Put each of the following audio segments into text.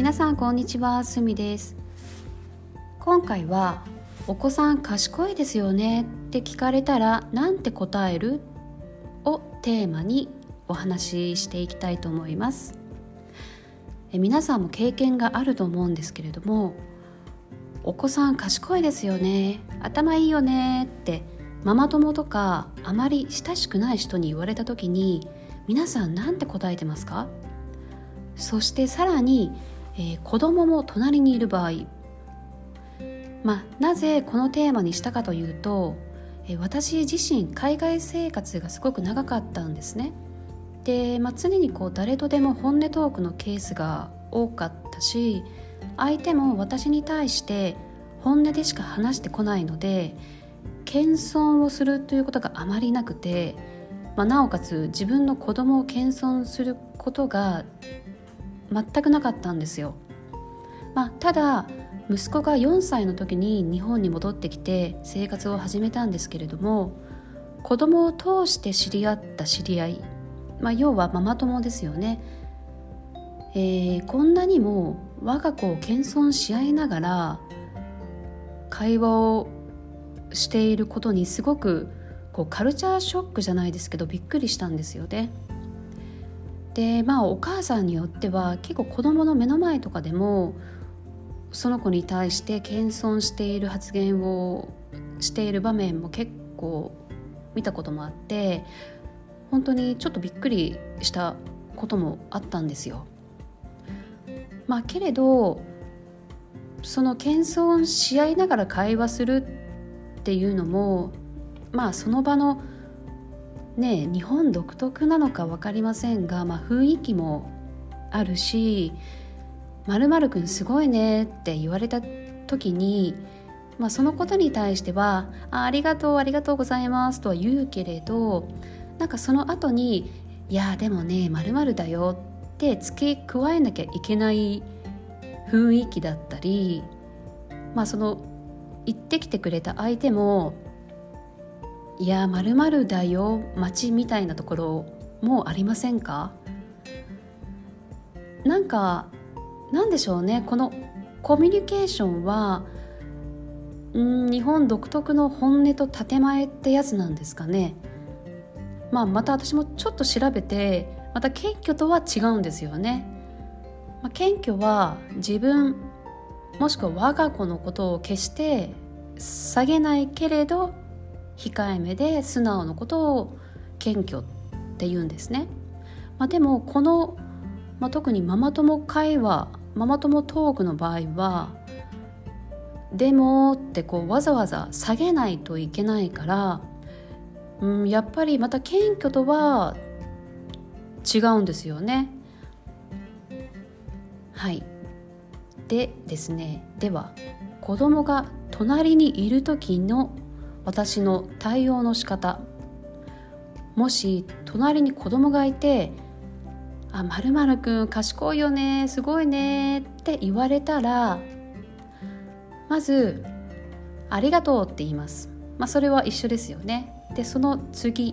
皆さんこんにちは、すみです。今回はお子さん賢いですよねって聞かれたらなんて答えるをテーマにお話ししていきたいと思います。皆さんも経験があると思うんですけれども、お子さん賢いですよね、頭いいよねってママ友とかあまり親しくない人に言われた時に皆さんなんて答えてますか？そしてさらに子供も隣にいる場合、なぜこのテーマにしたかというと、私自身海外生活がすごく長かったんですね。で、常に誰とでも本音トークのケースが多かったし、相手も私に対して本音でしか話してこないので、謙遜をするということがあまりなくて、なおかつ自分の子供を謙遜することが全くなかったんですよ。ただ息子が4歳の時に日本に戻ってきて生活を始めたんですけれども、子供を通して知り合った知り合い、要はママ友ですよね。こんなにも我が子を謙遜し合いながら会話をしていることにすごくカルチャーショックじゃないですけどびっくりしたんですよね。で、お母さんによっては結構子供の目の前とかでもその子に対して謙遜している発言をしている場面も結構見たこともあって、本当にちょっとびっくりしたこともあったんですよ。けれどその謙遜し合いながら会話するっていうのもその場の日本独特なのか分かりませんが、雰囲気もあるし、〇〇くんすごいねって言われた時に、そのことに対しては ありがとうありがとうございますとは言うけれど、その後にいやでもね〇〇だよって付け加えなきゃいけない雰囲気だったり、その言ってきてくれた相手もいや〇〇だよ待ちみたいなところもありませんか？なんでしょうね、このコミュニケーションは日本独特の本音と建前ってやつなんですかね。また私もちょっと調べて、また謙虚とは違うんですよね。謙虚は自分もしくは我が子のことを決して下げないけれど控えめで素直なことを謙虚って言うんですね。でもこの、特にママ友会話、ママ友トークの場合はでもってわざわざ下げないといけないから、やっぱりまた謙虚とは違うんですよね。でですね、では子供が隣にいる時の私の対応の仕方、もし隣に子供がいて〇〇くん賢いよねすごいねって言われたら、まずありがとうって言います。それは一緒ですよね。でその次、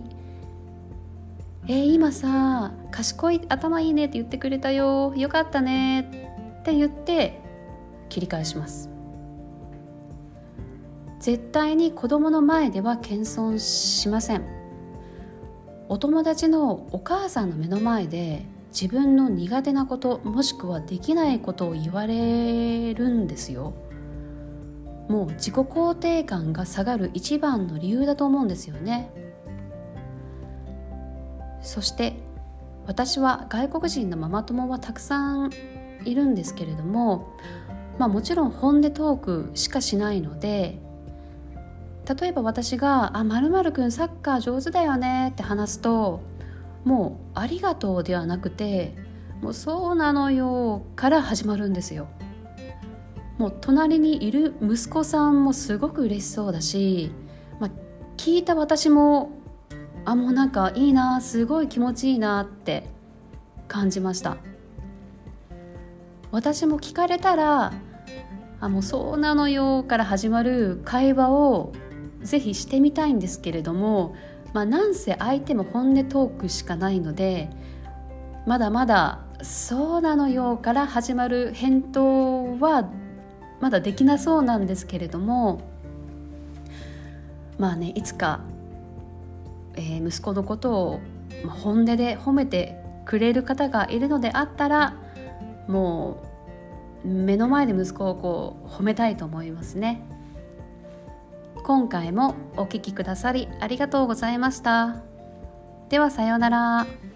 今さ賢い頭いいねって言ってくれたよ、よかったねって言って切り返します。絶対に子供の前では謙遜しません。お友達のお母さんの目の前で自分の苦手なこともしくはできないことを言われるんですよ。もう自己肯定感が下がる一番の理由だと思うんですよね。そして私は外国人のママ友はたくさんいるんですけれども、もちろん本音トークしかしないので、例えば私が〇〇くんサッカー上手だよねって話すと、もうありがとうではなくて、もうそうなのよから始まるんですよ。もう隣にいる息子さんもすごく嬉しそうだし、聞いた私ももういいな、すごい気持ちいいなって感じました。私も聞かれたらもうそうなのよから始まる会話をぜひしてみたいんですけれども、なんせ相手も本音トークしかないのでまだまだそうなのよから始まる返答はまだできなそうなんですけれども、まあね、いつか、息子のことを本音で褒めてくれる方がいるのであったら、もう目の前で息子をこう褒めたいと思いますね。今回もお聞きくださりありがとうございました。ではさようなら。